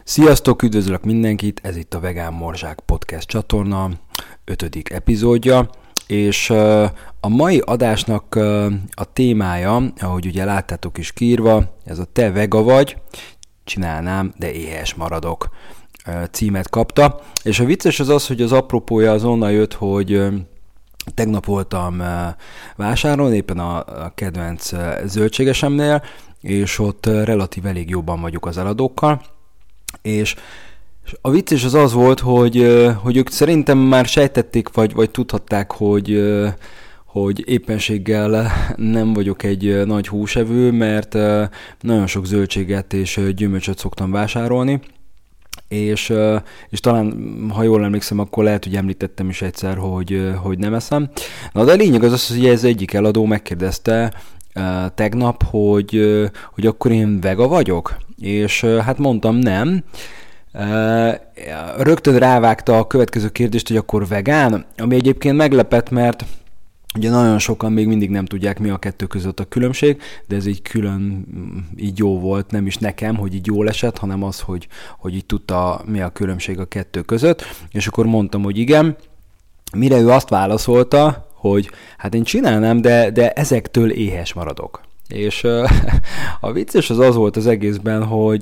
Sziasztok, üdvözlök mindenkit, ez itt a Vegán Morzsák Podcast csatorna 5. epizódja, és a mai adásnak a témája, ahogy ugye láttátok is kiírva, ez a te vega vagy, csinálnám, de éhes maradok címet kapta, és a vicces az, hogy az apropója az onnan jött, hogy tegnap voltam vásárolni, éppen a kedvenc zöldségesemnél, és ott relatív elég jobban vagyok az eladókkal, és a vicces az volt, hogy ők szerintem már sejtették, vagy tudhatták, hogy éppenséggel nem vagyok egy nagy húsevő, mert nagyon sok zöldséget és gyümölcsöt szoktam vásárolni, és talán, ha jól emlékszem, akkor lehet, hogy említettem is egyszer, hogy nem eszem. Na, de a lényeg az, hogy ez egyik eladó megkérdezte tegnap, hogy akkor én vega vagyok, és hát mondtam nem. Rögtön rávágta a következő kérdést, hogy akkor vegán, ami egyébként meglepett, mert ugye nagyon sokan még mindig nem tudják, mi a kettő között a különbség, de ez így külön így jó volt, nem is nekem, hogy így jól esett, hanem az, hogy így tudta, mi a különbség a kettő között, és akkor mondtam, hogy igen, mire ő azt válaszolta, hogy hát én csinálnám, de ezektől éhes maradok. És a vicces az volt az egészben,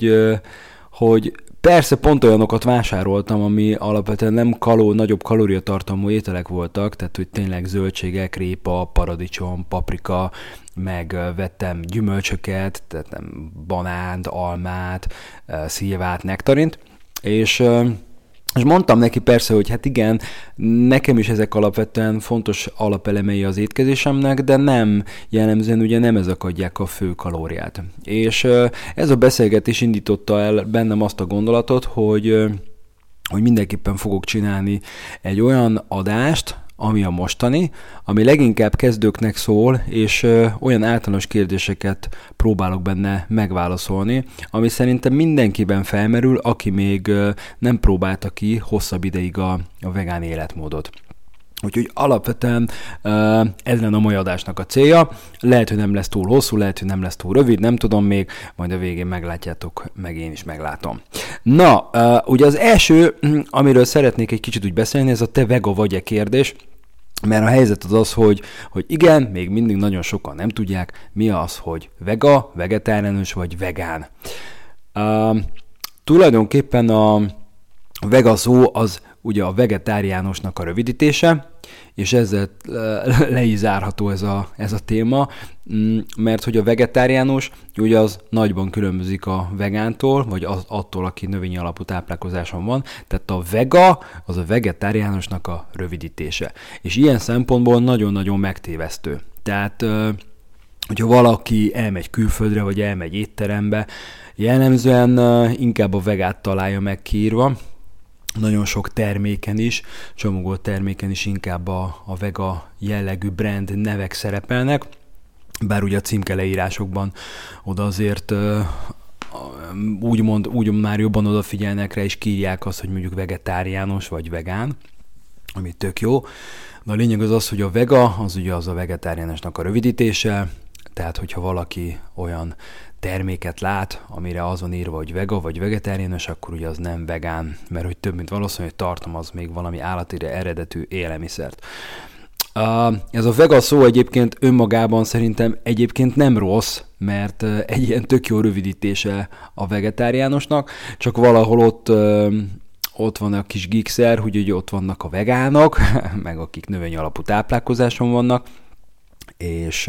hogy persze pont olyanokat vásároltam, ami alapvetően nem nagyobb kalóriatartalmú ételek voltak, tehát hogy tényleg zöldségek, répa, paradicsom, paprika, meg vettem gyümölcsöket, tehát banánt, almát, szilvát, nektarint, és mondtam neki persze, hogy hát igen, nekem is ezek alapvetően fontos alapelemei az étkezésemnek, de nem jellemzően ugye nem ezek adják a fő kalóriát. És ez a beszélgetés indította el bennem azt a gondolatot, hogy mindenképpen fogok csinálni egy olyan adást, ami a mostani, ami leginkább kezdőknek szól, és olyan általános kérdéseket próbálok benne megválaszolni, ami szerintem mindenkiben felmerül, aki még nem próbálta ki hosszabb ideig a vegán életmódot. Úgyhogy alapvetően ez lenne a mai adásnak a célja. Lehet, hogy nem lesz túl hosszú, lehet, hogy nem lesz túl rövid, nem tudom még, majd a végén meglátjátok, meg én is meglátom. Na, ugye az első, amiről szeretnék egy kicsit úgy beszélni, ez a te vega vagy-e kérdés, mert a helyzet az, hogy igen, még mindig nagyon sokan nem tudják, mi az, hogy vega, vegetáriánus vagy vegán. Tulajdonképpen a vega szó az ugye a vegetáriánusnak a rövidítése, és ezzel le is zárható ez a téma, mert hogy a vegetáriánus ugye az nagyban különbözik a vegántól, vagy attól, aki növényi alapú táplálkozáson van, tehát a vega az a vegetáriánusnak a rövidítése. És ilyen szempontból nagyon-nagyon megtévesztő. Tehát, hogyha valaki elmegy külföldre, vagy elmegy étterembe, jellemzően inkább a vegát találja meg kiírva. Nagyon sok terméken is, csomagolt terméken is inkább a vega jellegű brand nevek szerepelnek, bár ugye a címke leírásokban oda azért úgymond már jobban odafigyelnek rá, és kiírják azt, hogy mondjuk vegetáriánus vagy vegán, ami tök jó. De a lényeg az, hogy a vega, az ugye az a vegetáriánusnak a rövidítése, tehát hogyha valaki olyan terméket lát, amire az van írva, hogy vega vagy vegetáriánus, akkor ugye az nem vegán, mert hogy több mint valószínű, hogy tartalmaz még valami állatira eredetű élelmiszert. Ez a vega szó egyébként önmagában szerintem egyébként nem rossz, mert egy ilyen tök jó rövidítése a vegetáriánusnak, csak valahol ott van a kis gigszer, hogy ott vannak a vegánok, meg akik növény alapú táplálkozáson vannak, és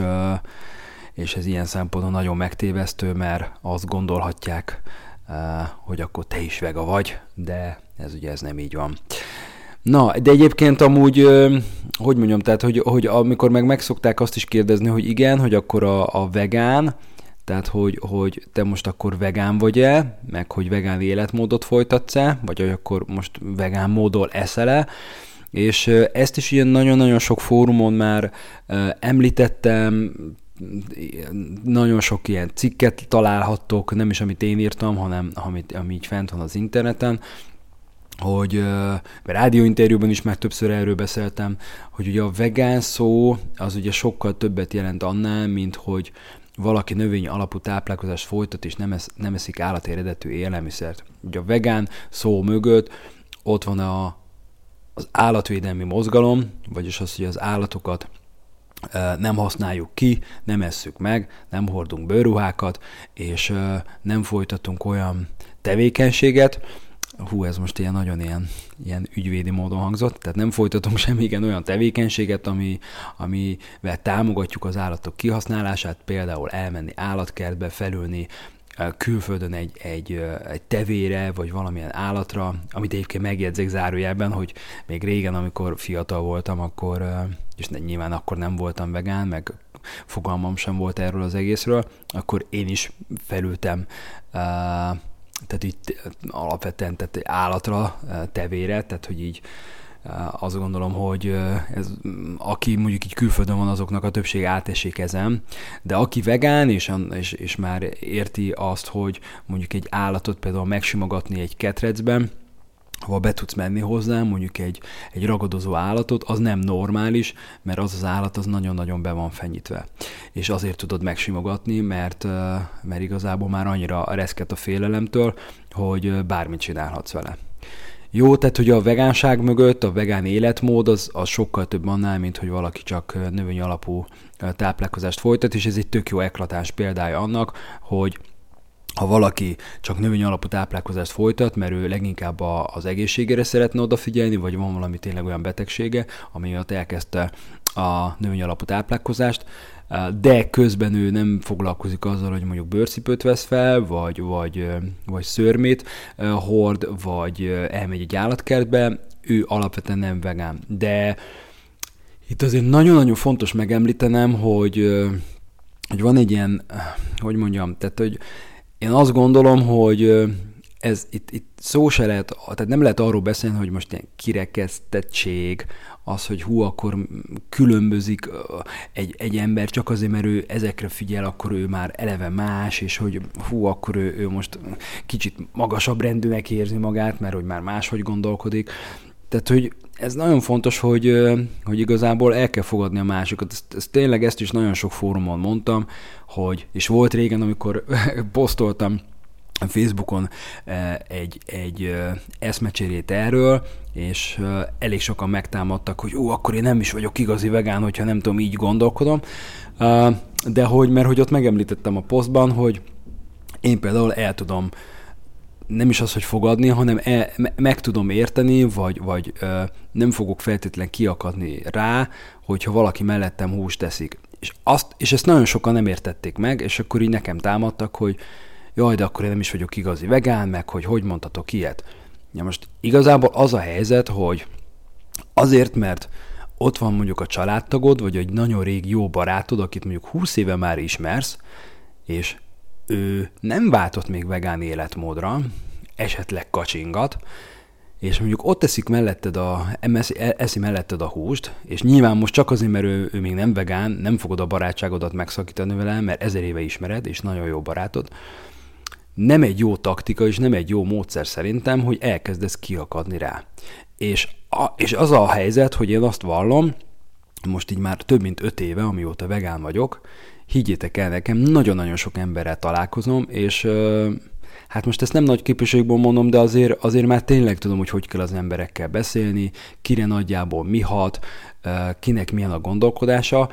ez ilyen szempontból nagyon megtévesztő, mert azt gondolhatják, hogy akkor te is vega vagy, de ez nem így van. Na, de egyébként amúgy, hogy mondjam, tehát, hogy amikor megszokták azt is kérdezni, hogy igen, hogy akkor a vegán, tehát, hogy te most akkor vegán vagy-e, meg hogy vegán életmódot folytatsz-e, vagy hogy akkor most vegán módon eszel-e, és ezt is ilyen nagyon-nagyon sok fórumon már említettem, nagyon sok ilyen cikket találhattok, nem is amit én írtam, hanem ami így fent van az interneten, hogy rádióinterjúban is már többször erről beszéltem, hogy ugye a vegán szó az ugye sokkal többet jelent annál, mint hogy valaki növény alapú táplálkozást folytat, és nem eszik állati eredetű élelmiszert. Ugye a vegán szó mögött ott van az állatvédelmi mozgalom, vagyis az, hogy az állatokat nem használjuk ki, nem esszük meg, nem hordunk bőrruhákat, és nem folytatunk olyan tevékenységet, ez most nagyon ilyen ügyvédi módon hangzott, tehát nem folytatunk semmi olyan tevékenységet, amivel támogatjuk az állatok kihasználását, például elmenni állatkertbe, felülni külföldön egy tevére, vagy valamilyen állatra, amit egyébként megjegyzek zárójelben, hogy még régen, amikor fiatal voltam, akkor, és nyilván akkor nem voltam vegán, meg fogalmam sem volt erről az egészről, akkor én is felültem tehát így alapvetően tehát állatra, tevére, tehát hogy így azt gondolom, hogy aki mondjuk így külföldön van, azoknak a többség átesik ezen, de aki vegán, és már érti azt, hogy mondjuk egy állatot például megsimogatni egy ketrecben, ahol be tudsz menni hozzá, mondjuk egy ragadozó állatot, az nem normális, mert az állat az nagyon-nagyon be van fenyítve. És azért tudod megsimogatni, mert igazából már annyira reszket a félelemtől, hogy bármit csinálhatsz vele. Jó, tehát hogy a vegánság mögött, a vegán életmód az sokkal több annál, mint hogy valaki csak növény alapú táplálkozást folytat, és ez egy tök jó eklatáns példája annak, hogy ha valaki csak növény alapú táplálkozást folytat, mert ő leginkább az egészségére szeretne odafigyelni, vagy van valami tényleg olyan betegsége, ami miatt elkezdte a növény alapú táplálkozást, de közben ő nem foglalkozik azzal, hogy mondjuk bőrcipőt vesz fel, vagy szörmét hord, vagy elmegy egy állatkertbe, ő alapvetően nem vegán. De itt azért nagyon-nagyon fontos megemlítenem, hogy van egy ilyen, hogy mondjam, tehát hogy én azt gondolom, hogy ez itt szó se lehet, tehát nem lehet arról beszélni, hogy most ilyen kirekesztettség, az, hogy akkor különbözik egy ember csak azért, mert ő ezekre figyel, akkor ő már eleve más, és hogy akkor ő most kicsit magasabb rendűnek érzi magát, mert hogy már máshogy gondolkodik. Tehát, hogy ez nagyon fontos, hogy igazából el kell fogadni a másikat. Tényleg ezt is nagyon sok fórumon mondtam, és volt régen, amikor posztoltam a Facebookon egy eszmecserét erről, és elég sokan megtámadtak, hogy akkor én nem is vagyok igazi vegán, hogyha nem tudom, így gondolkodom. De mert hogy ott megemlítettem a posztban, hogy én például el tudom nem is az, hogy fogadni, hanem meg tudom érteni, vagy nem fogok feltétlenül kiakadni rá, hogyha valaki mellettem húst teszik. És ezt nagyon sokan nem értették meg, és akkor így nekem támadtak, hogy jaj, de akkor én nem is vagyok igazi vegán, meg hogy mondhatok ilyet. Ja, most igazából az a helyzet, hogy azért, mert ott van mondjuk a családtagod, vagy egy nagyon régi jó barátod, akit mondjuk 20 éve már ismersz, és ő nem váltott még vegán életmódra, esetleg kacsingat, és mondjuk ott eszi melletted a húst, és nyilván most csak azért, mert ő még nem vegán, nem fogod a barátságodat megszakítani vele, mert 1000 éve ismered, és nagyon jó barátod. Nem egy jó taktika, és nem egy jó módszer szerintem, hogy elkezdesz kiakadni rá. És az a helyzet, hogy én azt vallom, most így már több mint 5 éve, amióta vegán vagyok, higgyétek el nekem, nagyon-nagyon sok emberrel találkozom, és hát most ezt nem nagy képviségben mondom, de azért már tényleg tudom, hogy kell az emberekkel beszélni, kire nagyjából mi hat, kinek milyen a gondolkodása.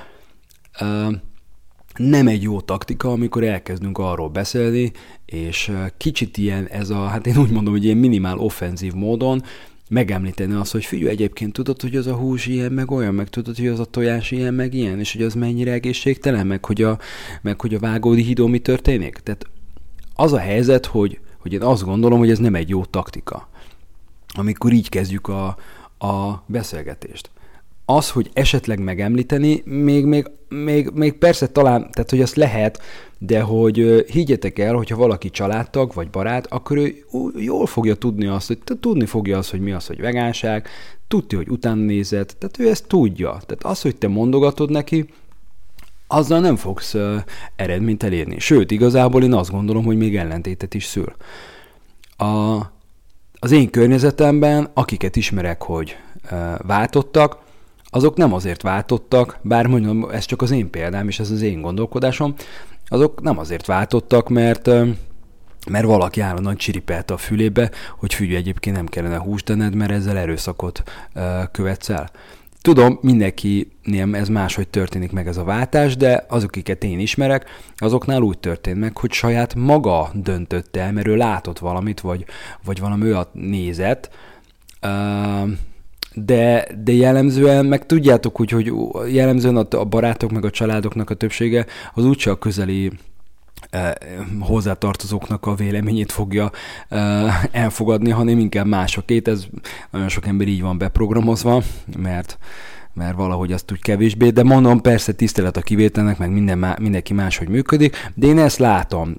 Nem egy jó taktika, amikor elkezdünk arról beszélni, és kicsit ilyen hát én úgy mondom, hogy ilyen minimál offenzív módon megemlíteni azt, hogy figyelj, egyébként tudod, hogy az a hús ilyen, meg olyan, meg tudod, hogy az a tojás ilyen, meg ilyen, és hogy az mennyire egészségtelen, meg hogy a Vágódi hídon mi történik. Tehát az a helyzet, hogy én azt gondolom, hogy ez nem egy jó taktika, amikor így kezdjük a beszélgetést. Az, hogy esetleg megemlíteni, még persze talán, tehát hogy azt lehet, de hogy higgyetek el, hogyha valaki családtag vagy barát, akkor ő jól fogja tudni azt, hogy mi az, hogy vegánság, tudja, hogy utána nézett, tehát ő ezt tudja. Tehát az, hogy te mondogatod neki, azzal nem fogsz eredményt elérni. Sőt, igazából én azt gondolom, hogy még ellentétet is szül. Az én környezetemben, akiket ismerek, hogy váltottak, azok nem azért váltottak, bár mondom, ez csak az én példám, és ez az én gondolkodásom, azok nem azért váltottak, mert valaki állandóan csiripelte a fülébe, hogy figyelj, egyébként nem kellene húst enned, mert ezzel erőszakot követsz el. Tudom, mindenkinél ez máshogy történik meg ez a váltás, de azok, akiket én ismerek, azoknál úgy történt meg, hogy saját maga döntött el, mert ő látott valamit, vagy valami olyat nézett, de jellemzően, meg tudjátok úgy, hogy jellemzően a barátok meg a családoknak a többsége az úgyse a közeli hozzátartozóknak a véleményét fogja elfogadni, hanem inkább másokét. Ez nagyon sok ember így van beprogramozva, mert valahogy azt úgy kevésbé, de mondom, persze tisztelet a kivételnek, meg mindenki máshogy működik, de én ezt látom,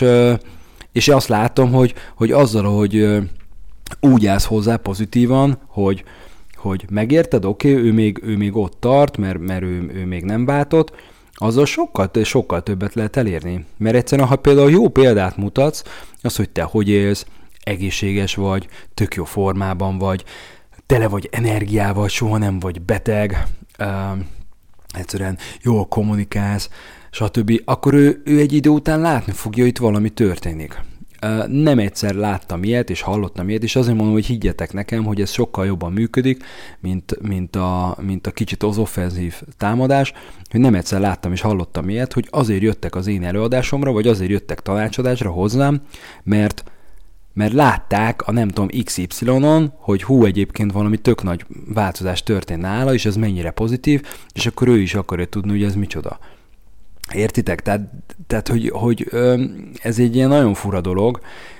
és azt látom, hogy azzal, hogy úgy állsz hozzá pozitívan, hogy megérted, oké, ő még ott tart, mert ő még nem váltott, azzal sokkal többet lehet elérni. Mert egyszerűen, ha például jó példát mutatsz, az, hogy te hogy élsz, egészséges vagy, tök jó formában vagy, tele vagy energiával, soha nem vagy beteg, egyszerűen jól kommunikálsz, stb., akkor ő egy idő után látni fogja, hogy itt valami történik. Nem egyszer láttam ilyet, és hallottam ilyet, és azért mondom, hogy higgyetek nekem, hogy ez sokkal jobban működik, mint a kicsit az offenzív támadás, hogy nem egyszer láttam és hallottam ilyet, hogy azért jöttek az én előadásomra, vagy azért jöttek tanácsadásra hozzám, mert látták a nem tudom XY-on, hogy egyébként valami tök nagy változás történt nála, és ez mennyire pozitív, és akkor ő is akarja tudni, hogy ez micsoda. Értitek? Tehát hogy ez egy ilyen nagyon fura dolog,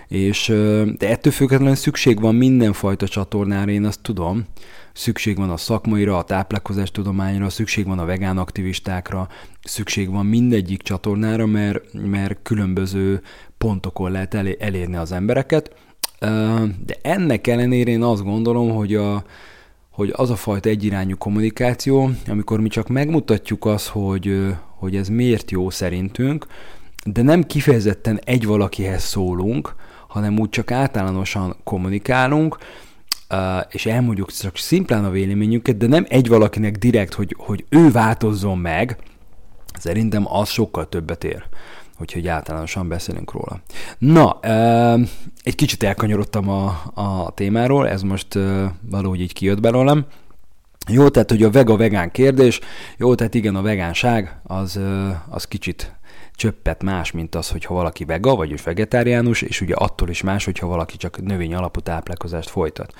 de ettől függetlenül szükség van mindenfajta csatornára, én azt tudom. Szükség van a szakmaira, a táplálkozástudományra, szükség van a vegán aktivistákra, szükség van mindegyik csatornára, mert különböző pontokon lehet elérni az embereket. De ennek ellenére én azt gondolom, hogy az a fajta egyirányú kommunikáció, amikor mi csak megmutatjuk azt, hogy ez miért jó szerintünk, de nem kifejezetten egy valakihez szólunk, hanem úgy csak általánosan kommunikálunk, és elmondjuk csak szimplán a véleményünket, de nem egy valakinek direkt, hogy ő változzon meg, szerintem az sokkal többet ér, hogy általánosan beszélünk róla. Na, egy kicsit elkanyarodtam a témáról, ez most valahogy így kijött belőlem. Jó, tehát, hogy a vegán kérdés, jó, tehát igen, a vegánság az kicsit csöppet más, mint az, hogyha valaki vega, vagyis vegetáriánus, és ugye attól is más, hogyha valaki csak növény alapú táplálkozást folytat.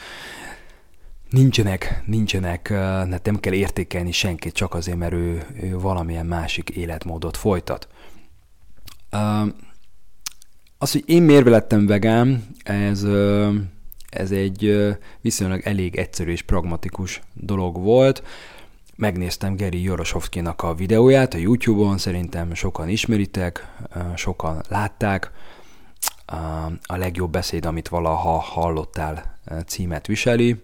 Nincsenek, nem kell értékelni senkit csak azért, mert ő valamilyen másik életmódot folytat. Az, hogy én miért lettem vegán, ez egy viszonylag elég egyszerű és pragmatikus dolog volt. Megnéztem Gary Yourofskynak a videóját a YouTube-on, szerintem sokan ismeritek, sokan látták. A legjobb beszéd, amit valaha hallottál címet viseli.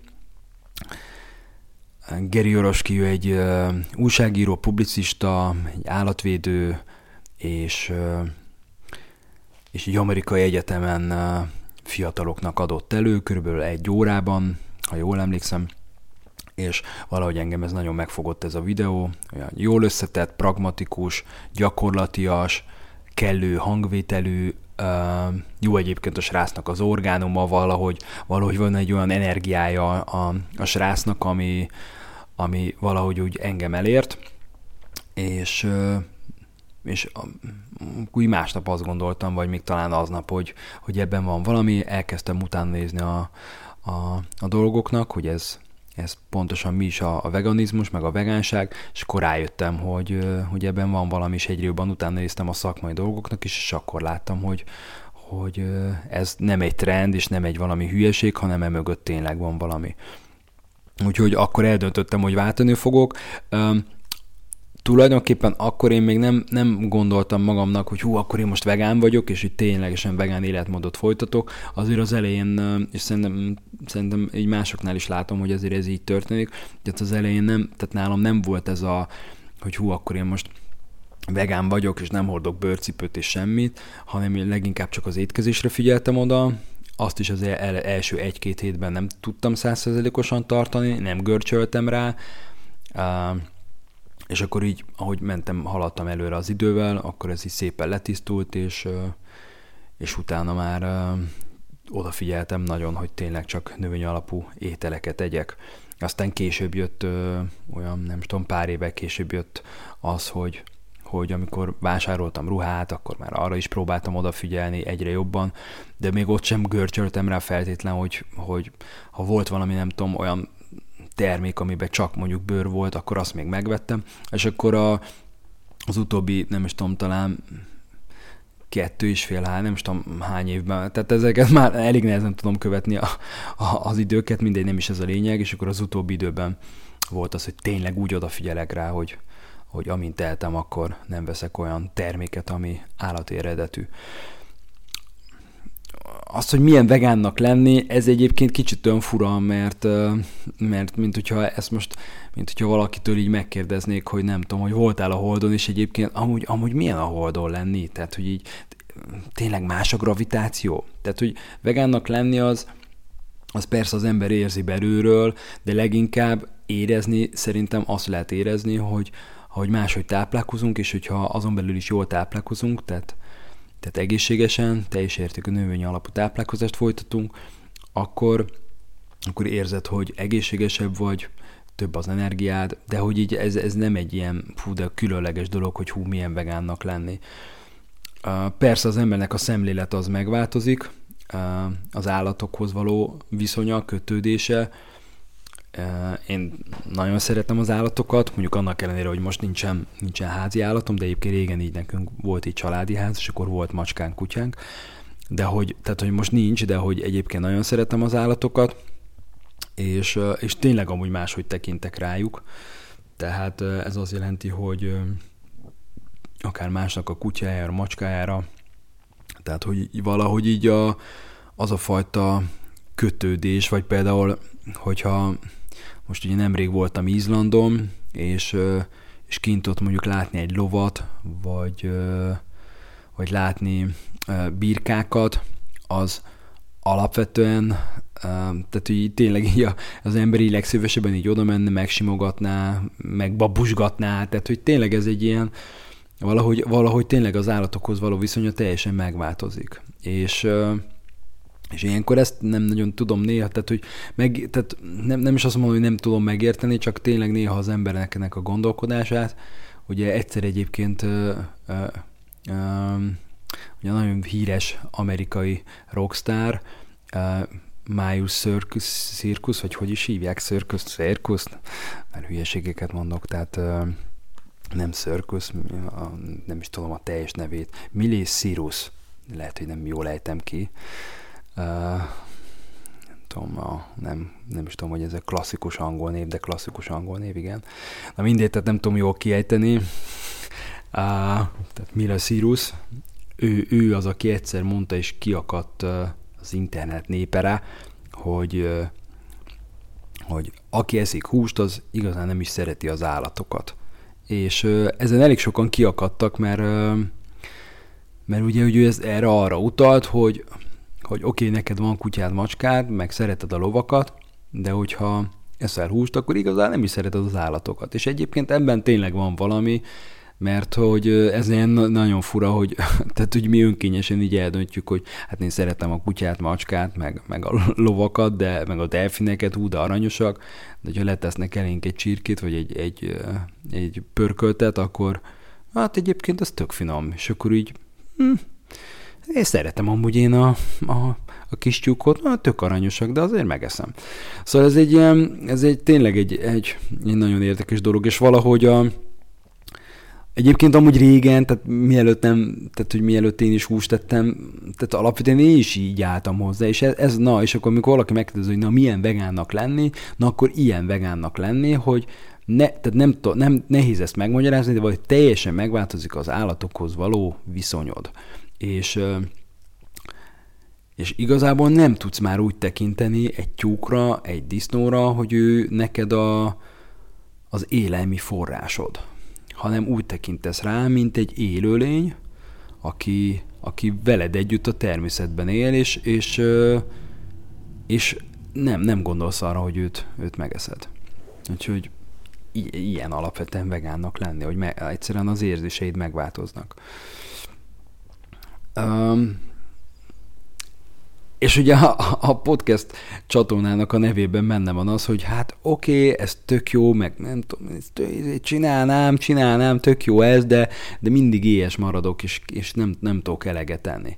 Gary Yourofsky egy újságíró, publicista, egy állatvédő, és egy amerikai egyetemen fiataloknak adott elő, körülbelül 1 órában, ha jól emlékszem, és valahogy engem ez nagyon megfogott ez a videó, olyan jól összetett, pragmatikus, gyakorlatias, kellő hangvételű, jó egyébként a srácnak az orgánuma, valahogy van egy olyan energiája a srácnak, ami valahogy úgy engem elért, és úgy másnap azt gondoltam, vagy még talán aznap, hogy ebben van valami, elkezdtem utána nézni a dolgoknak, hogy ez pontosan mi is a veganizmus, meg a vegánság, és akkor rájöttem, hogy ebben van valami, és egyre jobban utána néztem a szakmai dolgoknak is, és akkor láttam, hogy ez nem egy trend, és nem egy valami hülyeség, hanem emögött tényleg van valami. Úgyhogy akkor eldöntöttem, hogy váltani fogok. Tulajdonképpen akkor én még nem gondoltam magamnak, hogy akkor én most vegán vagyok, és hogy ténylegesen vegán életmódot folytatok. Azért az elején, és szerintem így másoknál is látom, hogy azért ez így történik, tehát az elején tehát nálam nem volt ez hogy akkor én most vegán vagyok, és nem hordok bőrcipőt és semmit, hanem én leginkább csak az étkezésre figyeltem oda. Azt is az első 1-2 hétben nem tudtam 100%-osan tartani, nem görcsöltem rá, És akkor így, ahogy haladtam előre az idővel, akkor ez így szépen letisztult, és utána már odafigyeltem nagyon, hogy tényleg csak növény alapú ételeket egyek. Aztán később jött, olyan nem tudom, pár évvel később jött az, hogy amikor vásároltam ruhát, akkor már arra is próbáltam odafigyelni egyre jobban, de még ott sem görcsöltem rá feltétlen, hogy ha volt valami, nem tudom, olyan termék, amiben csak mondjuk bőr volt, akkor azt még megvettem, és akkor az utóbbi, nem is tudom, talán 2,5, nem is tudom hány évben, tehát ezeket már elég nehezen tudom követni az időket, mindegy, nem is ez a lényeg, és akkor az utóbbi időben volt az, hogy tényleg úgy odafigyelek rá, hogy amint tehetem, akkor nem veszek olyan terméket, ami állati eredetű. Azt, hogy milyen vegánnak lenni, ez egyébként kicsit olyan fura, mert mint hogyha valakitől így megkérdeznék, hogy nem tudom, hogy voltál a Holdon, és egyébként amúgy milyen a Holdon lenni? Tehát, hogy így tényleg más a gravitáció? Tehát, hogy vegánnak lenni az persze az ember érzi belülről, de leginkább érezni, szerintem azt lehet érezni, hogy máshogy táplálkozunk, és hogyha azon belül is jól táplálkozunk, tehát egészségesen, teljes értékű növény alapú táplálkozást folytatunk, akkor érzed, hogy egészségesebb vagy, több az energiád, de hogy így ez nem egy ilyen de különleges dolog, hogy milyen vegánnak lenni. Persze az embernek a szemlélet az megváltozik, az állatokhoz való viszonya, kötődése. Én nagyon szeretem az állatokat, mondjuk annak ellenére, hogy most nincsen házi állatom, de egyébként régen így nekünk volt így családi ház, és akkor volt macskánk, kutyánk, tehát hogy most nincs, de hogy egyébként nagyon szeretem az állatokat, és tényleg amúgy máshogy tekintek rájuk. Tehát ez azt jelenti, hogy akár másnak a kutyájára, macskájára, tehát hogy valahogy így az a fajta kötődés, vagy például, hogyha most ugye nemrég voltam Izlandon, és kint ott mondjuk látni egy lovat, vagy látni birkákat, az alapvetően, tehát hogy tényleg így az ember így legszívesebben így oda menne, megsimogatná, megbabusgatná, tehát hogy tényleg ez egy ilyen, valahogy tényleg az állatokhoz való viszonya teljesen megváltozik. És ilyenkor ezt nem nagyon tudom néha, tehát nem is azt mondom, hogy nem tudom megérteni, csak tényleg néha az embernek a gondolkodását. Ugye egyszer egyébként ugye nagyon híres amerikai rockstar, Miles Circus, vagy hogy is hívják, Circus, mert hülyeségeket mondok, tehát nem Circus, nem is tudom a teljes nevét, Miley Cyrus, lehet, hogy nem jól ejtem ki, nem is tudom, hogy ez a klasszikus angol név, de klasszikus angol név, igen. Na mindegy, tehát nem tudom jól kiejteni. Tehát Miley Cyrus, ő az, aki egyszer mondta, és kiakadt az internet népere, hogy aki eszik húst, az igazán nem is szereti az állatokat. És ezen elég sokan kiakadtak, mert ugye ő erre arra utalt, hogy oké, neked van kutyád, macskád, meg szereted a lovakat, de hogyha eszel húst, akkor igazán nem is szereted az állatokat. És egyébként ebben tényleg van valami, mert hogy ez ilyen nagyon fura, hogy tehát hogy mi önkényesen így eldöntjük, hogy hát én szeretem a kutyát, macskát, meg a lovakat, meg a delfineket, de aranyosak, de ha letesznek elénk egy csirkét, vagy egy pörköltet, akkor hát egyébként ez tök finom. És akkor így én szeretem amúgy én a kis tyúkot, tök aranyosak, de azért megeszem. Szóval ez tényleg egy nagyon érdekes dolog, és valahogy egyébként amúgy régen, tehát mielőtt én is húst tettem, tehát alapvetően én is így álltam hozzá, és és akkor amikor valaki megkérdezi, hogy milyen vegánnak lenni, akkor ilyen vegánnak lenni, hogy nem nehéz ezt megmagyarázni, de vagy teljesen megváltozik az állatokhoz való viszonyod. És igazából nem tudsz már úgy tekinteni egy tyúkra, egy disznóra, hogy ő neked az élelmi forrásod, hanem úgy tekintesz rá, mint egy élőlény, aki veled együtt a természetben él, és nem gondolsz arra, hogy őt megeszed. Úgyhogy ilyen alapvetően vegánnak lenni, hogy egyszerűen az érzéseid megváltoznak. És ugye a podcast csatornának a nevében benne van az, hogy hát oké, ez tök jó, meg nem tudom, csinálnám, tök jó ez, de mindig éhes maradok, és nem tudok eleget tenni.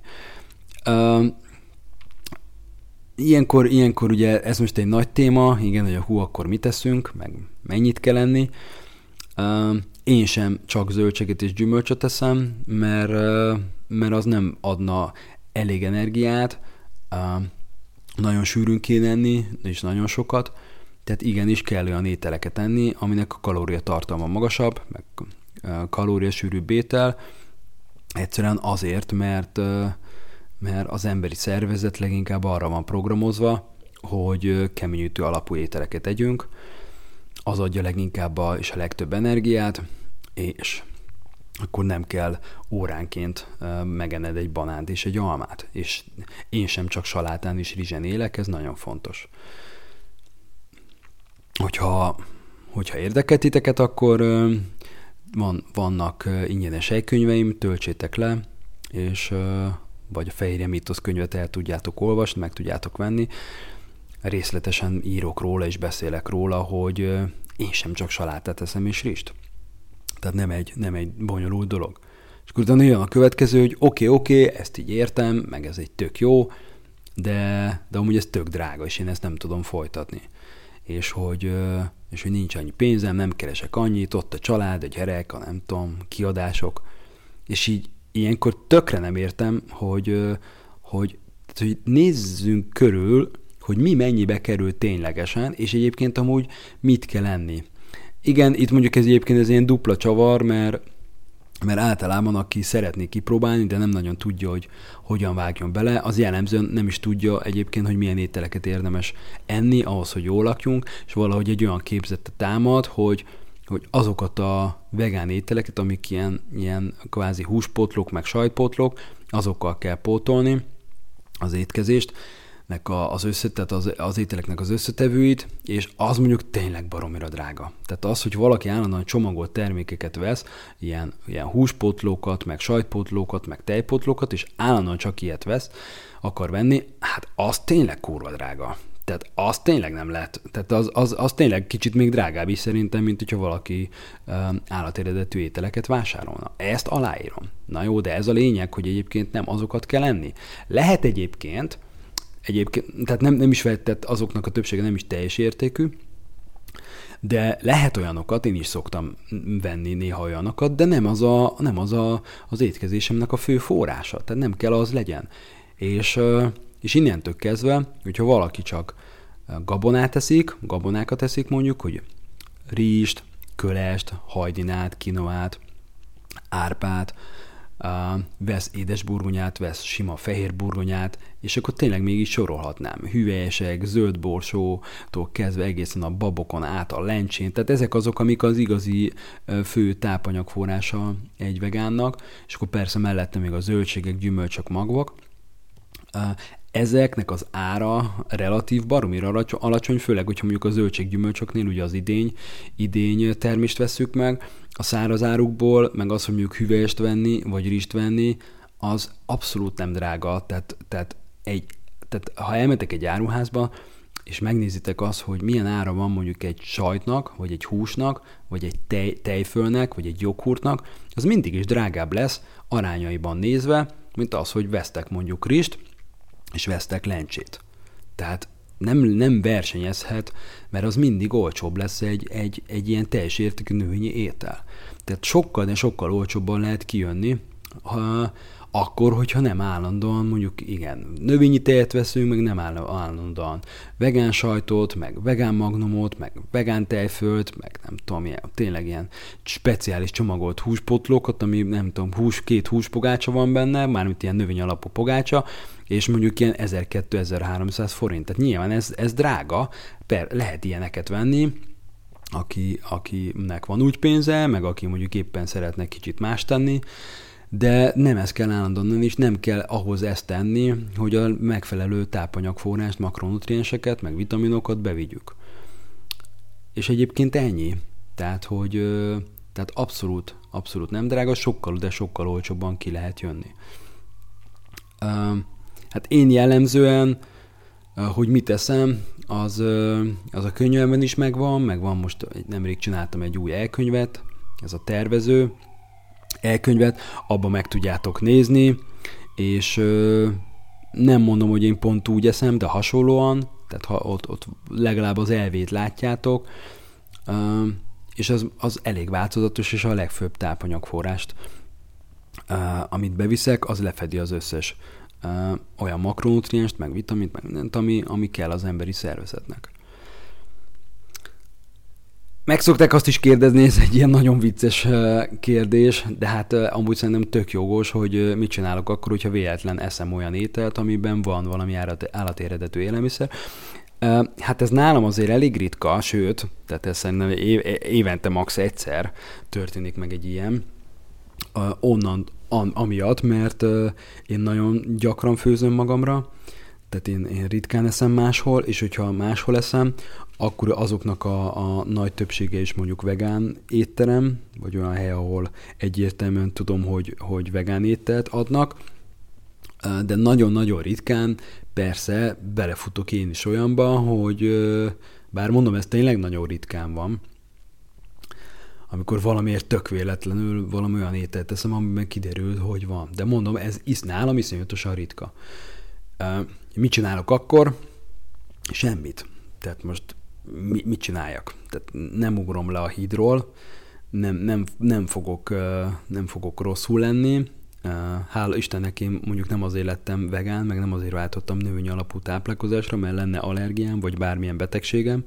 Ilyenkor ugye ez most egy nagy téma, igen, hogy akkor mit teszünk, meg mennyit kell enni. Én sem csak zöldséget és gyümölcsöt eszem, mert az nem adna elég energiát, nagyon sűrűn kéne enni, és nagyon sokat, tehát igenis kell olyan ételeket enni, aminek a kalóriatartalma magasabb, meg kalóriasűrűbb étel, egyszerűen azért, mert az emberi szervezet leginkább arra van programozva, hogy keményítő alapú ételeket együnk, az adja leginkább és a legtöbb energiát, és akkor nem kell óránként megened egy banánt és egy almát. És én sem csak salátán és rizsen élek, ez nagyon fontos. Hogyha érdekel titeket, akkor vannak ingyenes e-könyveim, töltsétek le, és vagy a Fehérje Mítosz könyvet el tudjátok olvasni, meg tudjátok venni. Részletesen írok róla és beszélek róla, hogy én sem csak salátát eszem és rizst. Tehát nem egy bonyolult dolog. És akkor utána jön a következő, hogy oké, ezt így értem, meg ez egy tök jó, de amúgy ez tök drága, és én ezt nem tudom folytatni. És hogy nincs annyi pénzem, nem keresek annyit, ott a család, a gyerek, a nem tudom, kiadások. És így ilyenkor tökre nem értem, hogy nézzünk körül, hogy mi mennyibe kerül ténylegesen, és egyébként amúgy mit kell enni. Igen, itt mondjuk ez ilyen dupla csavar, mert általában aki szeretné kipróbálni, de nem nagyon tudja, hogy hogyan vágjon bele, az jellemzően nem is tudja egyébként, hogy milyen ételeket érdemes enni ahhoz, hogy jól lakjunk, és valahogy egy olyan képzetet támad, hogy azokat a vegán ételeket, amik ilyen kvázi húspótlók, meg sajtpótlók, azokkal kell pótolni az étkezést, tehát az ételeknek az összetevőit, és az mondjuk tényleg baromira drága. Tehát az, hogy valaki állandóan csomagolt termékeket vesz, ilyen húspótlókat, meg sajtpótlókat, meg tejpótlókat, és állandóan csak ilyet akar venni, hát az tényleg kurva drága. Tehát az tényleg nem lehet. Tehát az tényleg kicsit még drágább is szerintem, mint hogyha valaki állateredetű ételeket vásárolna. Ezt aláírom. Na jó, de ez a lényeg, hogy egyébként nem azokat kell enni. Lehet egyébként, tehát nem is tehát azoknak a többsége nem is teljes értékű, de lehet olyanokat, én is szoktam venni néha olyanokat, de nem az étkezésemnek a fő forrása, tehát nem kell az legyen. És innentől kezdve, hogyha valaki csak gabonákat eszik mondjuk, hogy rizst, kölest, hajdinát, kinoát, árpát, vesz édesburgonyát, vesz sima fehér burgonyát, és akkor tényleg még így sorolhatnám. Hüvelyesek, zöld borsótól kezdve egészen a babokon át a lencsén, tehát ezek azok, amik az igazi fő tápanyagforrása egy vegánnak, és akkor persze mellette még a zöldségek, gyümölcsök, magvak. Ezeknek az ára relatív baromira alacsony, főleg, hogyha mondjuk a zöldséggyümölcsöknél ugye az idény termést vesszük meg, a száraz árukból, meg az, hogy mondjuk hüvelyest venni, vagy rizst venni, az abszolút nem drága. Tehát ha elmentek egy áruházba, és megnézitek azt, hogy milyen ára van mondjuk egy sajtnak, vagy egy húsnak, vagy egy tejfölnek, vagy egy joghurtnak, az mindig is drágább lesz arányaiban nézve, mint az, hogy vesztek mondjuk rizst, és vesztek lencsét. Tehát nem versenyezhet, mert az mindig olcsóbb lesz egy ilyen teljes értékű növényi étel. Tehát sokkal, de sokkal olcsóbban lehet kijönni, akkor, hogyha nem állandóan, mondjuk igen, növényi tejet veszünk, meg nem állandóan vegán sajtot, meg vegán magnumot, meg vegán tejfölt, meg nem tudom, tényleg ilyen speciális csomagolt húspótlókat, ami nem tudom, két húspogácsa van benne, mármint ilyen növény alapú pogácsa, és mondjuk ilyen 1200-1300 forint. Tehát nyilván ez drága, lehet ilyeneket venni, akinek van úgy pénze, meg aki mondjuk éppen szeretne kicsit más tenni, de nem ezt kell állandóan, és nem kell ahhoz ezt tenni, hogy a megfelelő tápanyagforrást, makronutrienseket, meg vitaminokat bevigyük. És egyébként ennyi. Tehát, hogy tehát abszolút nem drága, de sokkal olcsóbban ki lehet jönni. Hát én jellemzően, hogy mit eszem, az a könyvemben is megvan most, nemrég csináltam egy új elkönyvet, ez a tervező elkönyvet, abban meg tudjátok nézni, és nem mondom, hogy én pont úgy eszem, de hasonlóan, tehát ha ott legalább az elvét látjátok, és az elég változatos, és a legfőbb tápanyagforrást, amit beviszek, az lefedi az összes olyan makronutrienst, meg vitamint, meg mindent, ami kell az emberi szervezetnek. Meg szokták azt is kérdezni, ez egy ilyen nagyon vicces kérdés, de hát amúgy szerintem tök jogos, hogy mit csinálok akkor, hogyha véletlen eszem olyan ételt, amiben van valami állati eredetű élelmiszer. Hát ez nálam azért elég ritka, sőt, tehát ez szerintem évente max. Egyszer történik meg egy ilyen. Amiatt, mert én nagyon gyakran főzöm magamra, tehát én ritkán eszem máshol, és hogyha máshol eszem, akkor azoknak a nagy többsége is mondjuk vegán étterem, vagy olyan hely, ahol egyértelműen tudom, hogy vegán ételt adnak, de nagyon-nagyon ritkán persze belefutok én is olyanba, hogy bár mondom, ez tényleg nagyon ritkán van, amikor valamiért tök véletlenül valami olyan ételt teszem, amiben kiderül, hogy van. De mondom, ez nálam iszonyatosan ritka. Mit csinálok akkor? Semmit. Tehát most mit csináljak? Tehát nem ugrom le a hídról, nem fogok rosszul lenni. Hála Istennek én mondjuk nem azért lettem vegán, meg nem azért váltottam növény alapú táplálkozásra, mert lenne allergiám, vagy bármilyen betegségem.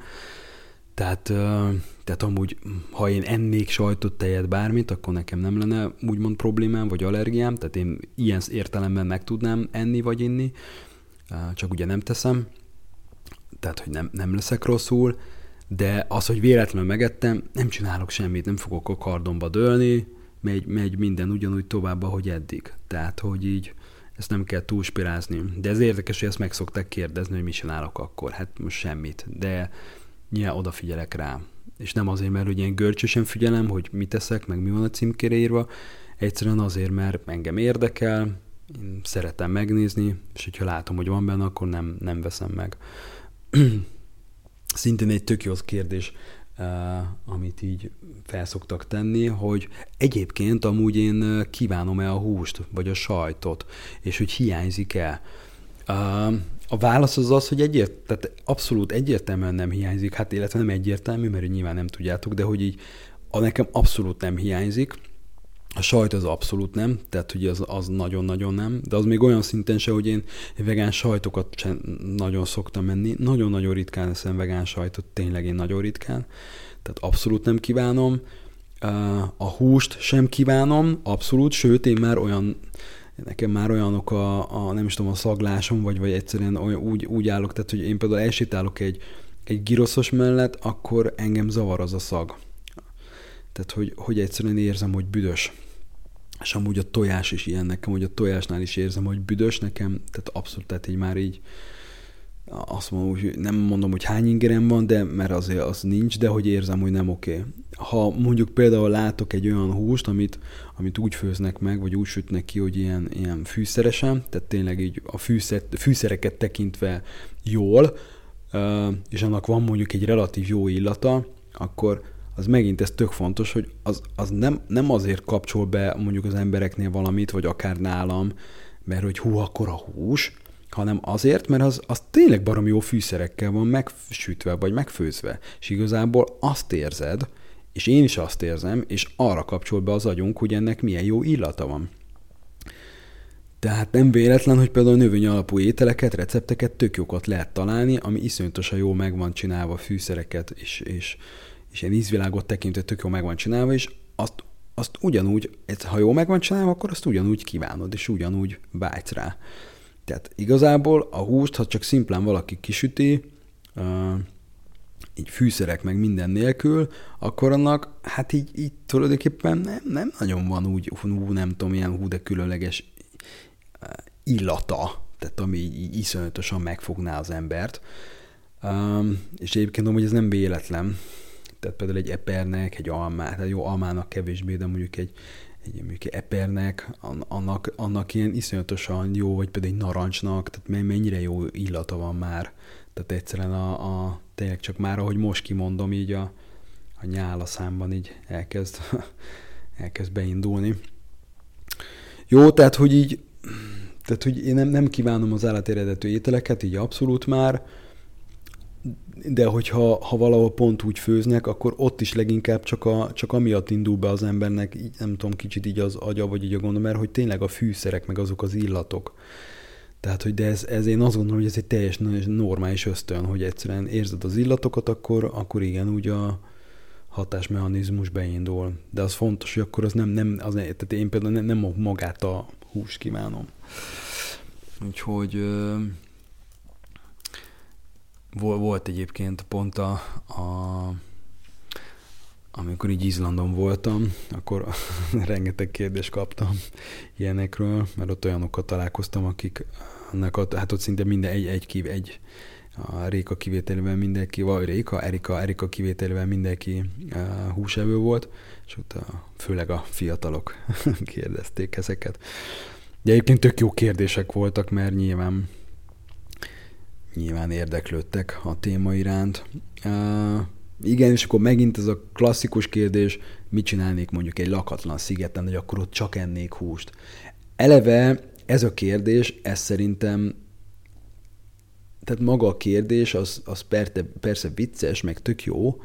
Tehát amúgy, ha én ennék sajtot, tejet, bármit, akkor nekem nem lenne úgymond problémám, vagy allergiám, tehát én ilyen értelemben meg tudnám enni, vagy inni, csak ugye nem teszem, tehát, hogy nem leszek rosszul, de az, hogy véletlenül megettem, nem csinálok semmit, nem fogok a kardomba dőlni, megy minden ugyanúgy tovább, ahogy eddig. Tehát, hogy így ezt nem kell túlspirázni. De ez érdekes, hogy ezt meg szokták kérdezni, hogy mit csinálok akkor. Hát most semmit, de nyilván odafigyelek rá. És nem azért, mert hogy ilyen görcsösen figyelem, hogy mit teszek, meg mi van a címkére írva, egyszerűen azért, mert engem érdekel, én szeretem megnézni, és hogyha látom, hogy van benne, akkor nem veszem meg. Szintén egy tök jó kérdés, amit így felszoktak tenni, hogy egyébként amúgy én kívánom-e a húst, vagy a sajtot, és hogy hiányzik-e. A válasz az, hogy tehát abszolút egyértelműen nem hiányzik, hát illetve nem egyértelmű, mert nyilván nem tudjátok, de hogy így nekem abszolút nem hiányzik. A sajt az abszolút nem, tehát hogy az nagyon-nagyon nem, de az még olyan szinten se, hogy én vegán sajtokat sem nagyon szoktam menni. Nagyon-nagyon ritkán eszem vegán sajtot, tényleg én nagyon ritkán, tehát abszolút nem kívánom. A húst sem kívánom, abszolút, sőt én nekem már olyanok nem is tudom, a szaglásom, vagy egyszerűen úgy állok, tehát hogy én például elsétálok egy giroszos mellett, akkor engem zavar az a szag. Tehát, hogy egyszerűen érzem, hogy büdös. És amúgy a tojás is ilyen nekem, hogy a tojásnál is érzem, hogy büdös nekem, tehát abszolút, tehát így már így azt mondom, hogy nem mondom, hogy hány ingerem van, de mert azért az nincs, de hogy érzem, hogy nem oké. Ha mondjuk például látok egy olyan húst, amit úgy főznek meg, vagy úgy sütnek ki, hogy ilyen fűszeresen, tehát tényleg így a fűszereket tekintve jól, és annak van mondjuk egy relatív jó illata, akkor az megint ez tök fontos, hogy az nem azért kapcsol be mondjuk az embereknél valamit, vagy akár nálam, mert hogy akkor a hús, hanem azért, mert az tényleg baromi jó fűszerekkel van megsütve, vagy megfőzve. És igazából azt érzed, és én is azt érzem, és arra kapcsol be az agyunk, hogy ennek milyen jó illata van. Tehát nem véletlen, hogy például növény alapú ételeket, recepteket tök jókat lehet találni, ami iszonyatosan jól meg van csinálva, fűszereket, és ilyen ízvilágot tekintve tök jól meg van csinálva, és azt ugyanúgy, ha jól meg van csinálva, akkor azt ugyanúgy kívánod, és ugyanúgy vágysz rá. Tehát igazából a húst, ha csak szimplán valaki kisüti, így fűszerek meg minden nélkül, akkor annak hát így tulajdonképpen nem nagyon van úgy, nem tudom, ilyen de különleges illata, tehát ami így iszonyatosan megfogná az embert. És egyébként hogy ez nem véletlen. Tehát például egy epernek, egy almát, tehát jó, almának kevésbé, de mondjuk egy epernek, annak ilyen iszonyatosan jó, vagy például egy narancsnak, tehát mennyire jó illata van már. Tehát egyszerűen tényleg csak már, ahogy most kimondom, így a nyál a számban így elkezd beindulni. Jó, tehát hogy én nem kívánom az állati eredetű ételeket, így abszolút már, de hogyha valahol pont úgy főznek, akkor ott is leginkább csak amiatt indul be az embernek, így, nem tudom, kicsit így az agya, vagy így a gondom, mert hogy tényleg a fűszerek, meg azok az illatok. Tehát, hogy de ez én azt gondolom, hogy ez egy teljes normális ösztön, hogy egyszerűen érzed az illatokat, akkor igen, úgy a hatásmechanizmus beindul. De az fontos, hogy akkor az nem tehát én például nem magát a húst kívánom. Úgyhogy volt egyébként pont amikor így Izlandon voltam, akkor rengeteg kérdést kaptam ilyenekről, mert ott olyanokkal találkoztam, akik hát ott szinte minden a Réka kivételével mindenki, vagy Erika kivételével mindenki húsevő volt, és ott főleg a fiatalok kérdezték ezeket. De egyébként tök jó kérdések voltak, mert nyilván érdeklődtek a téma iránt. Igen, és akkor megint ez a klasszikus kérdés, mit csinálnék mondjuk egy lakatlan szigeten, hogy akkor ott csak ennék húst. Eleve ez a kérdés, ez szerintem, tehát maga a kérdés, az persze vicces, meg tök jó,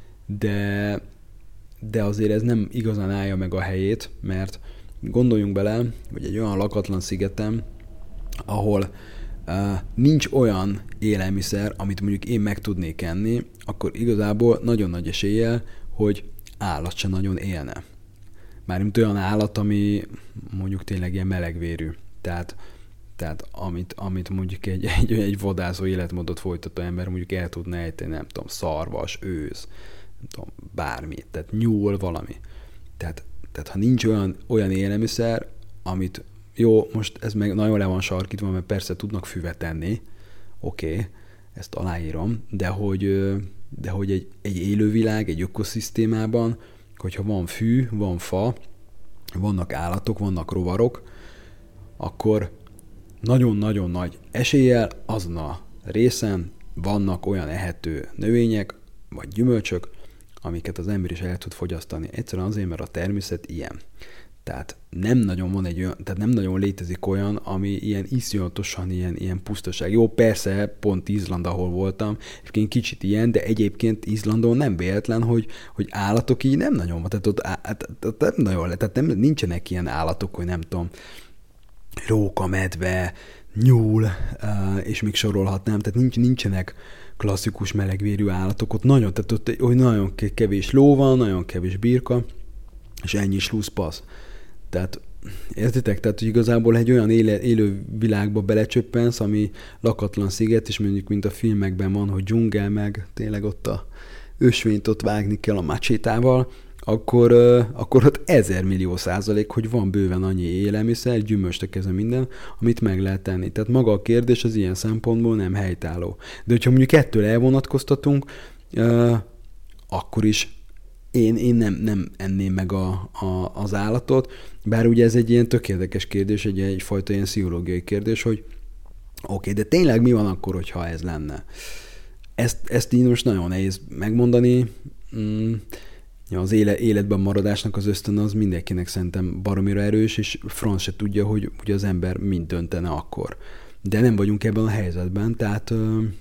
de azért ez nem igazán állja meg a helyét, mert gondoljunk bele, hogy egy olyan lakatlan szigeten, ahol nincs olyan élelmiszer, amit mondjuk én meg tudnék enni, akkor igazából nagyon nagy eséllyel, hogy állat se nagyon élne. Mármint olyan állat, ami mondjuk tényleg ilyen melegvérű. Tehát amit mondjuk egy vadászó életmódot folytató ember mondjuk el tudna ejteni, nem tudom, szarvas, őz, nem tudom, bármi, tehát nyúl, valami. Tehát ha nincs olyan élelmiszer, amit jó, most ez meg nagyon le van sarkítva, mert persze tudnak füvet enni, oké, ezt aláírom, de hogy egy élővilág, egy ökoszisztémában, hogyha van fű, van fa, vannak állatok, vannak rovarok, akkor nagyon-nagyon nagy eséllyel azon a részen vannak olyan ehető növények, vagy gyümölcsök, amiket az ember is el tud fogyasztani. Egyszerűen azért, mert a természet ilyen. Tehát nem nagyon létezik olyan, ami ilyen iszonyatosan ilyen pusztaság. Jó, persze, pont Izland, ahol voltam, egyébként kicsit ilyen, de egyébként Izlandon nem véletlen, hogy állatok így nem nagyon van. Tehát ott nem nagyon, tehát nincsenek ilyen állatok, hogy nem tudom, róka, medve, nyúl, és még sorolhatnám, tehát nincsenek klasszikus melegvérű állatok, ott nagyon kevés ló van, nagyon kevés birka, és ennyi sluszpasz. Tehát értitek? Tehát, hogy igazából egy olyan élő világba belecsöppensz, ami lakatlan sziget, és mondjuk, mint a filmekben van, hogy dzsungel meg, tényleg ott a ösvényt ott vágni kell a macsétával, akkor ott 1000 millió %, hogy van bőven annyi élelmiszer, gyümölcsre kezdve minden, amit meg lehet tenni. Tehát maga a kérdés az ilyen szempontból nem helytálló. De hogyha mondjuk ettől elvonatkoztatunk, akkor is én nem enném meg az állatot, bár ugye ez egy ilyen tök érdekes kérdés, egyfajta ilyen pszichológiai kérdés, hogy oké, de tényleg mi van akkor, hogyha ez lenne? Ezt így most nagyon nehéz megmondani. Az életben maradásnak az ösztön az mindenkinek szerintem baromira erős, és franc se tudja, hogy az ember mind döntene akkor. De nem vagyunk ebben a helyzetben, tehát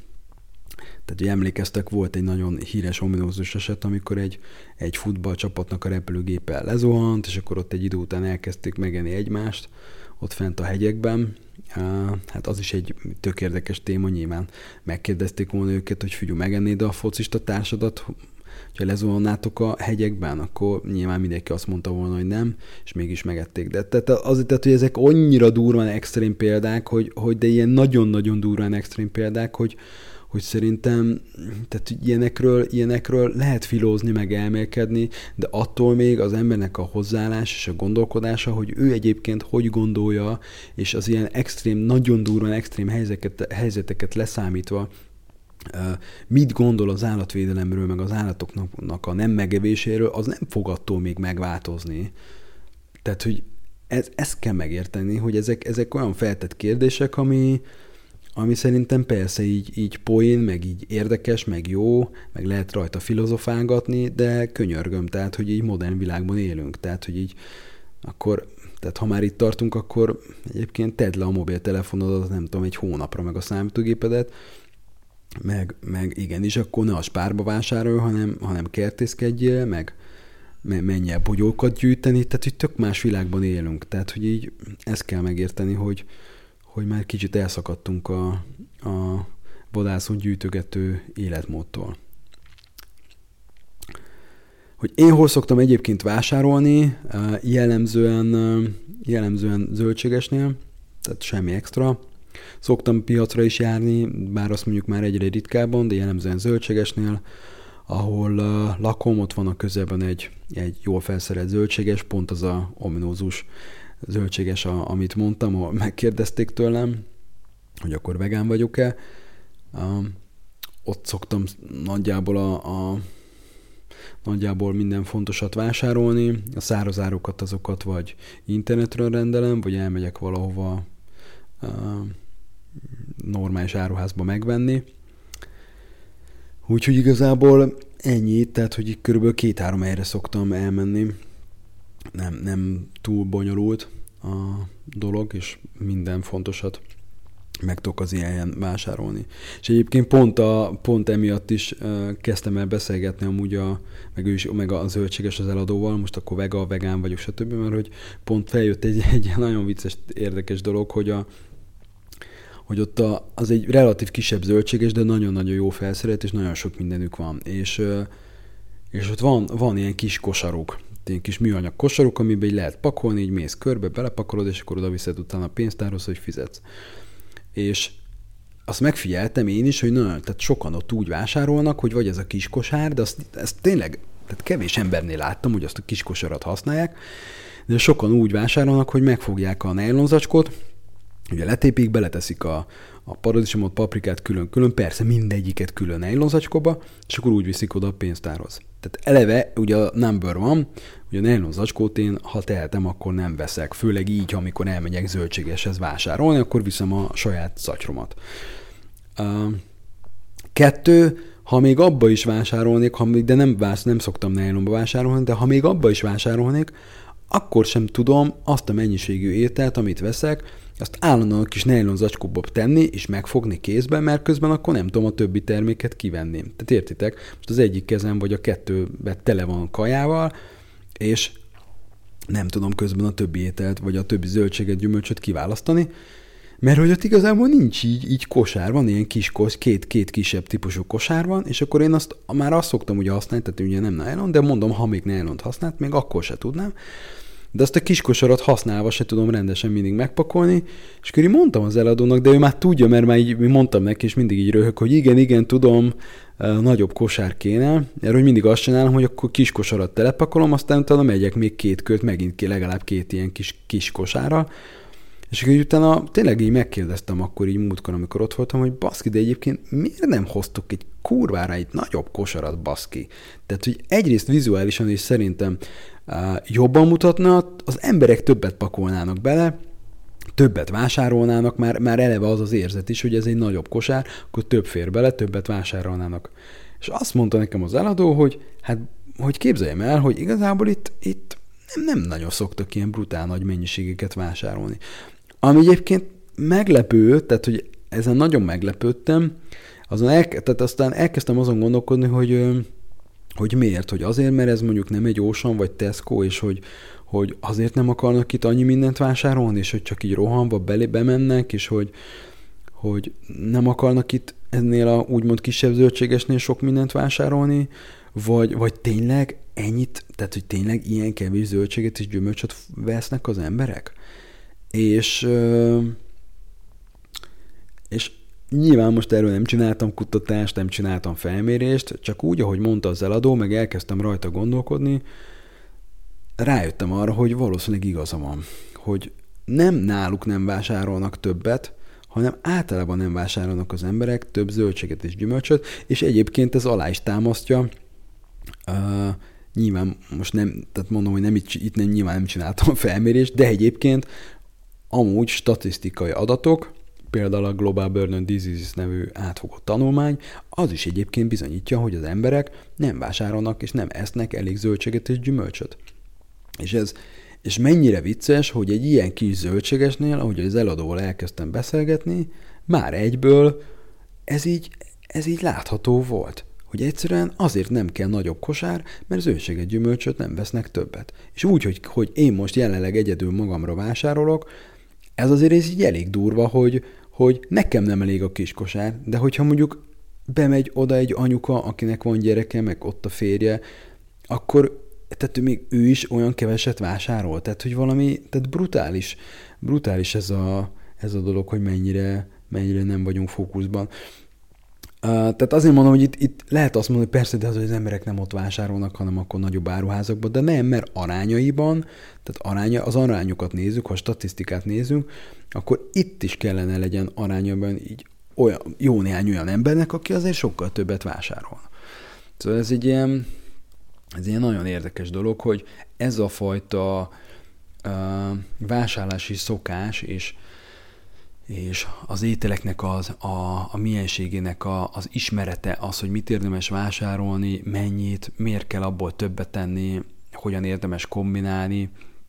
hogy emlékeztek, volt egy nagyon híres ominózus eset, amikor egy futballcsapatnak a repülőgéppel lezuhant, és akkor ott egy idő után elkezdték megenni egymást, ott fent a hegyekben. Hát az is egy tök érdekes téma, nyilván megkérdezték volna őket, hogy figyelj, megennéd a focista társadat, ha lezuhannátok a hegyekben, akkor nyilván mindenki azt mondta volna, hogy nem, és mégis megették. De azért, hogy ezek annyira durván extrém példák, de ilyen nagyon-nagyon durván extrém példák, hogy szerintem tehát ilyenekről lehet filózni, meg elmélkedni, de attól még az embernek a hozzáállás és a gondolkodása, hogy ő egyébként hogy gondolja, és az ilyen extrém, nagyon durván extrém helyzeteket leszámítva, mit gondol az állatvédelemről, meg az állatoknak a nem megevéséről, az nem fog attól még megváltozni. Tehát, hogy ezt kell megérteni, hogy ezek olyan feltett kérdések, ami szerintem persze így poén, meg így érdekes, meg jó, meg lehet rajta filozofálgatni, de könyörgöm, tehát, hogy így modern világban élünk. Tehát, hogy így akkor, tehát ha már itt tartunk, akkor egyébként tedd le a mobiltelefonodat, nem tudom, egy hónapra, meg a számítógépedet, meg igenis, akkor ne a Spárba vásárolj, hanem kertészkedjél, meg menj el bogyókat gyűjteni, tehát hogy tök más világban élünk. Tehát, hogy így ezt kell megérteni, hogy már kicsit elszakadtunk a vadászó gyűjtögető életmódtól. Hogy én hol szoktam egyébként vásárolni, jellemzően zöldségesnél, tehát semmi extra. Szoktam piacra is járni, bár azt mondjuk már egyre ritkábban, de jellemzően zöldségesnél, ahol lakom, ott van a közelben egy jól felszerelt zöldséges, pont az a ominózus zöldséges, amit mondtam, megkérdezték tőlem, hogy akkor vegán vagyok-e. Ott szoktam nagyjából minden fontosat vásárolni. A szárazárukat azokat vagy internetről rendelem, vagy elmegyek valahova normális áruházba megvenni. Úgyhogy igazából ennyi, tehát hogy körülbelül 2-3 helyre szoktam elmenni. Nem túl bonyolult a dolog, és minden fontosat meg tudok az ilyen helyen vásárolni. És egyébként pont emiatt is kezdtem el beszélgetni amúgy meg a zöldséges az eladóval, most akkor vegán vagyok, stb., mert hogy pont feljött egy nagyon vicces, érdekes dolog, hogy ott az egy relatív kisebb zöldséges, de nagyon-nagyon jó felszerelt, és nagyon sok mindenük van. És ott van ilyen kis kosarok, ilyen kis műanyag kosarok, amiben így lehet pakolni, így mész körbe, belepakolod, és akkor oda viszed utána a pénztárhoz, hogy fizetsz. És azt megfigyeltem én is, hogy tehát sokan ott úgy vásárolnak, hogy vagy ez a kis kosár, de ezt tényleg, tehát kevés embernél láttam, hogy azt a kis kosarat használják, de sokan úgy vásárolnak, hogy megfogják a nejlonzacskót, ugye letépik, beleteszik a paradicsomot, paprikát külön-külön, persze mindegyiket külön nejlonzacskóba, és akkor úgy viszik oda a pénztárhoz. Tehát eleve ugye a number one, ugye a nejlonzacskót én, ha tehetem, akkor nem veszek. Főleg így, amikor elmegyek zöldségeshez vásárolni, akkor viszem a saját szatyromat. 2, ha még abba is vásárolnék, de nem szoktam nejlonba vásárolni, de ha még abba is vásárolnék, akkor sem tudom azt a mennyiségű ételt, amit veszek, azt állandóan a kis nejlon zacskóba tenni, és megfogni kézben, mert közben akkor nem tudom a többi terméket kivenni. Tehát értitek? Most az egyik kezem vagy a 2-ben tele van kajával, és nem tudom közben a többi ételt, vagy a többi zöldséget, gyümölcsöt kiválasztani, mert hogy ott igazából nincs így kosár, van ilyen kis két kisebb típusú kosár van, és akkor én már azt szoktam ugye használni, tehát ugye nem nylon, de mondom, ha még nylont használt, még akkor se tudnám, de azt a kis kosarat használva se tudom rendesen mindig megpakolni, és akkor így mondtam az eladónak, de ő már tudja, mert már így mondtam neki, és mindig így röhög, hogy igen, tudom, nagyobb kosár kéne, mert hogy mindig azt csinálom, hogy akkor kis kosarat telepakolom, aztán utána megyek még 2 kört, megint legalább 2 ilyen kis kosárral, és akkor utána tényleg így megkérdeztem akkor így múltkor, amikor ott voltam, hogy baszki, de egyébként miért nem hoztok egy kurvára egy nagyobb kosarat, baszki? Tehát, hogy egyrészt vizuálisan is szerintem jobban mutatna, az emberek többet pakolnának bele, többet vásárolnának, már eleve az érzet is, hogy ez egy nagyobb kosár, akkor több fér bele, többet vásárolnának. És azt mondta nekem az eladó, hogy képzeljem el, hogy igazából itt nem nagyon szoktak ilyen brutál nagy mennyiségeket vásárolni. Ami egyébként meglepő, tehát hogy ezen nagyon meglepődtem, tehát aztán elkezdtem azon gondolkodni, hogy miért, hogy azért, mert ez mondjuk nem egy Auchan vagy Tesco, és hogy azért nem akarnak itt annyi mindent vásárolni, és hogy csak így rohanva bemennek, és hogy nem akarnak itt ennél a úgymond kisebb zöldségesnél sok mindent vásárolni, vagy tényleg ennyit, tehát hogy tényleg ilyen kevés zöldséget és gyümölcsöt vesznek az emberek? És nyilván most erről nem csináltam kutatást, nem csináltam felmérést, csak úgy, ahogy mondta az eladó, meg elkezdtem rajta gondolkodni, rájöttem arra, hogy valószínűleg igaza van, hogy nem náluk nem vásárolnak többet, hanem általában nem vásárolnak az emberek több zöldséget és gyümölcsöt, és egyébként ez alá is támasztja, nyilván most nem, tehát mondom, hogy itt nem, nyilván nem csináltam felmérést, de egyébként amúgy statisztikai adatok, például a Global Burden Diseases nevű átfogó tanulmány, az is egyébként bizonyítja, hogy az emberek nem vásárolnak és nem esznek elég zöldséget és gyümölcsöt. És mennyire vicces, hogy egy ilyen kis zöldségesnél, ahogy az eladóval elkezdtem beszélgetni, már egyből ez így látható volt, hogy egyszerűen azért nem kell nagyobb kosár, mert zöldséget, gyümölcsöt nem vesznek többet. És úgy, hogy én most jelenleg egyedül magamra vásárolok, ez így elég durva, hogy nekem nem elég a kis kosár, de hogyha mondjuk bemegy oda egy anyuka, akinek van gyereke, meg ott a férje, akkor tehát még ő is olyan keveset vásárol. Tehát, hogy tehát brutális ez a dolog, hogy mennyire nem vagyunk fókuszban. Tehát azért mondom, hogy itt lehet azt mondani, hogy persze, de az emberek nem ott vásárolnak, hanem akkor nagyobb áruházakban, de nem, mert arányaiban, tehát az arányokat nézzük, ha a statisztikát nézzünk, akkor itt is kellene legyen arányában így jó néhány olyan embernek, aki azért sokkal többet vásárol. Szóval ez egy ilyen nagyon érdekes dolog, hogy ez a fajta vásárlási szokás és az ételeknek a mienségének az ismerete, az, hogy mit érdemes vásárolni, mennyit, miért kell abból többet tenni, hogyan érdemes kombinálni,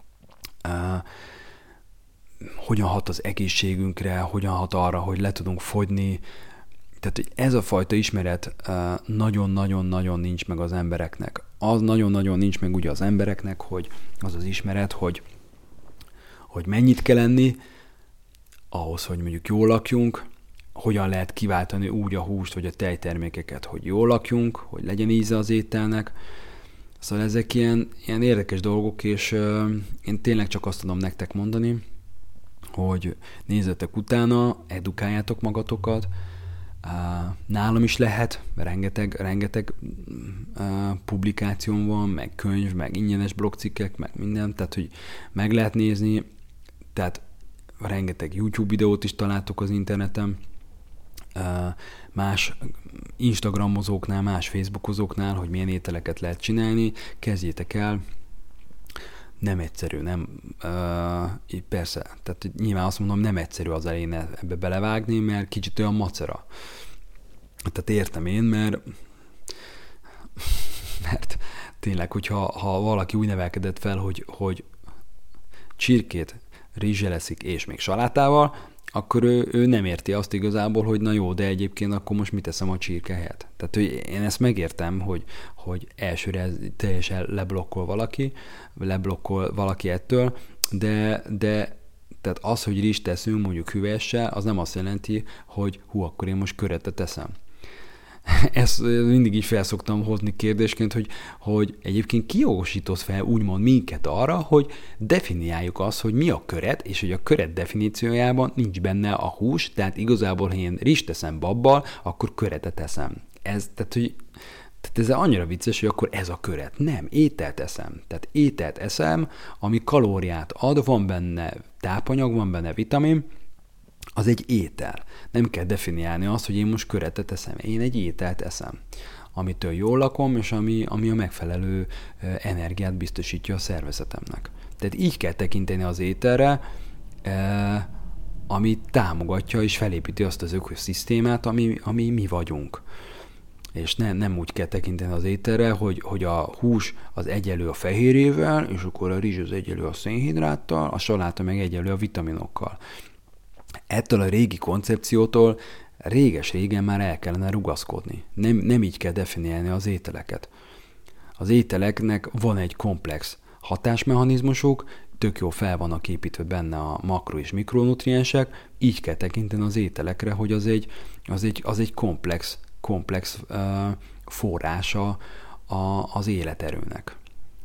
hogyan hat az egészségünkre, hogyan hat arra, hogy le tudunk fogyni. Tehát hogy ez a fajta ismeret nagyon-nagyon-nagyon nincs meg az embereknek. Az nagyon-nagyon nincs meg ugye az embereknek, hogy az az ismeret, hogy mennyit kell enni, ahhoz, hogy mondjuk jól lakjunk, hogyan lehet kiváltani úgy a húst vagy a tejtermékeket, hogy jól lakjunk, hogy legyen íze az ételnek. Szóval ezek ilyen érdekes dolgok, és én tényleg csak azt tudom nektek mondani, hogy nézzetek utána, edukáljátok magatokat. Nálam is lehet, rengeteg publikáció van, meg könyv, meg ingyenes blogcikkek, meg minden, tehát hogy meg lehet nézni, tehát rengeteg YouTube videót is találtok az interneten, más Instagramozóknál, más Facebookozóknál, hogy milyen ételeket lehet csinálni, kezdjétek el. Nem egyszerű, persze, tehát nyilván azt mondom, nem egyszerű az elején ebbe belevágni, mert kicsit olyan macera. Tehát értem én, mert tényleg, hogyha valaki úgy nevelkedett fel, hogy csirkét rizssel eszik és még salátával, akkor ő nem érti azt igazából, hogy na jó, de egyébként akkor most mit teszem a csirke helyett. Tehát hogy én ezt megértem, hogy elsőre teljesen leblokkol valaki ettől, de tehát az, hogy rizst teszünk mondjuk hüvelyessel, az nem azt jelenti, hogy akkor én most köretet teszem. Ezt mindig így felszoktam hozni kérdésként, hogy egyébként kijogosított fel úgymond minket arra, hogy definiáljuk azt, hogy mi a köret, és hogy a köret definíciójában nincs benne a hús, tehát igazából, ha én rizst teszem babbal, akkor köretet eszem. Tehát ez annyira vicces, hogy akkor ez a köret. Nem, ételt eszem. Tehát ételt eszem, ami kalóriát ad, van benne tápanyag, van benne vitamin, az egy étel. Nem kell definiálni azt, hogy én most köretet eszem. Én egy ételt eszem, amitől jól lakom, és ami a megfelelő energiát biztosítja a szervezetemnek. Tehát így kell tekinteni az ételre, ami támogatja és felépíti azt az ökoszisztémát, ami mi vagyunk. És nem úgy kell tekinteni az ételre, hogy a hús az egyenlő a fehérjével, és akkor a rizs az egyenlő a szénhidráttal, a saláta meg egyenlő a vitaminokkal. Ettől a régi koncepciótól réges-régen már el kellene rugaszkodni. Nem így kell definiálni az ételeket. Az ételeknek van egy komplex hatásmechanizmusuk, tök jó fel vannak építve benne a makro- és mikronutriensek, így kell tekinteni az ételekre, hogy az egy komplex forrása az életerőnek.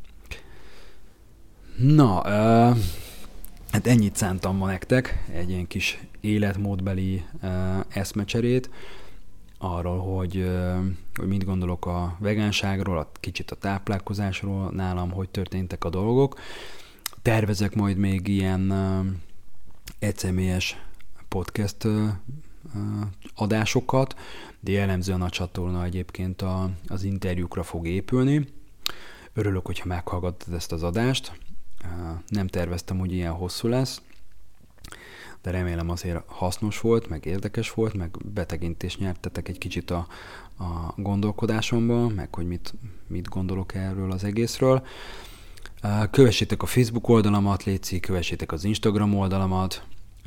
Na, hát ennyit szántam ma nektek, egy ilyen kis életmódbeli eszmecserét, arról, hogy mit gondolok a vegánságról, kicsit a táplálkozásról, nálam hogy történtek a dolgok. Tervezek majd még ilyen egyszemélyes podcast adásokat, de jellemzően a csatorna egyébként az interjúkra fog épülni. Örülök, hogyha meghallgattad ezt az adást. Nem terveztem, hogy ilyen hosszú lesz, de remélem azért hasznos volt, meg érdekes volt, meg betekintést nyertetek egy kicsit a gondolkodásomba, meg hogy mit gondolok erről az egészről. Kövessétek a Facebook oldalamat, létszik, kövessétek az Instagram oldalamat.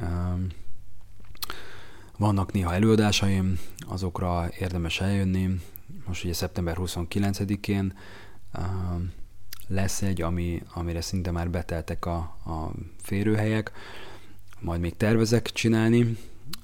Vannak néha előadásaim, azokra érdemes eljönni. Most ugye szeptember 29-én lesz egy, amire szinte már beteltek a férőhelyek, majd még tervezek csinálni,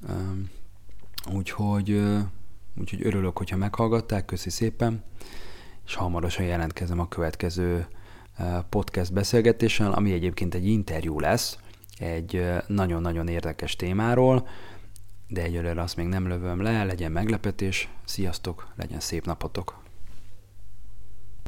úgyhogy örülök, hogyha meghallgatták, köszi szépen, és hamarosan jelentkezem a következő podcast beszélgetéssel, ami egyébként egy interjú lesz, egy nagyon-nagyon érdekes témáról, de egyelőre azt még nem lövöm le, legyen meglepetés, sziasztok, legyen szép napotok!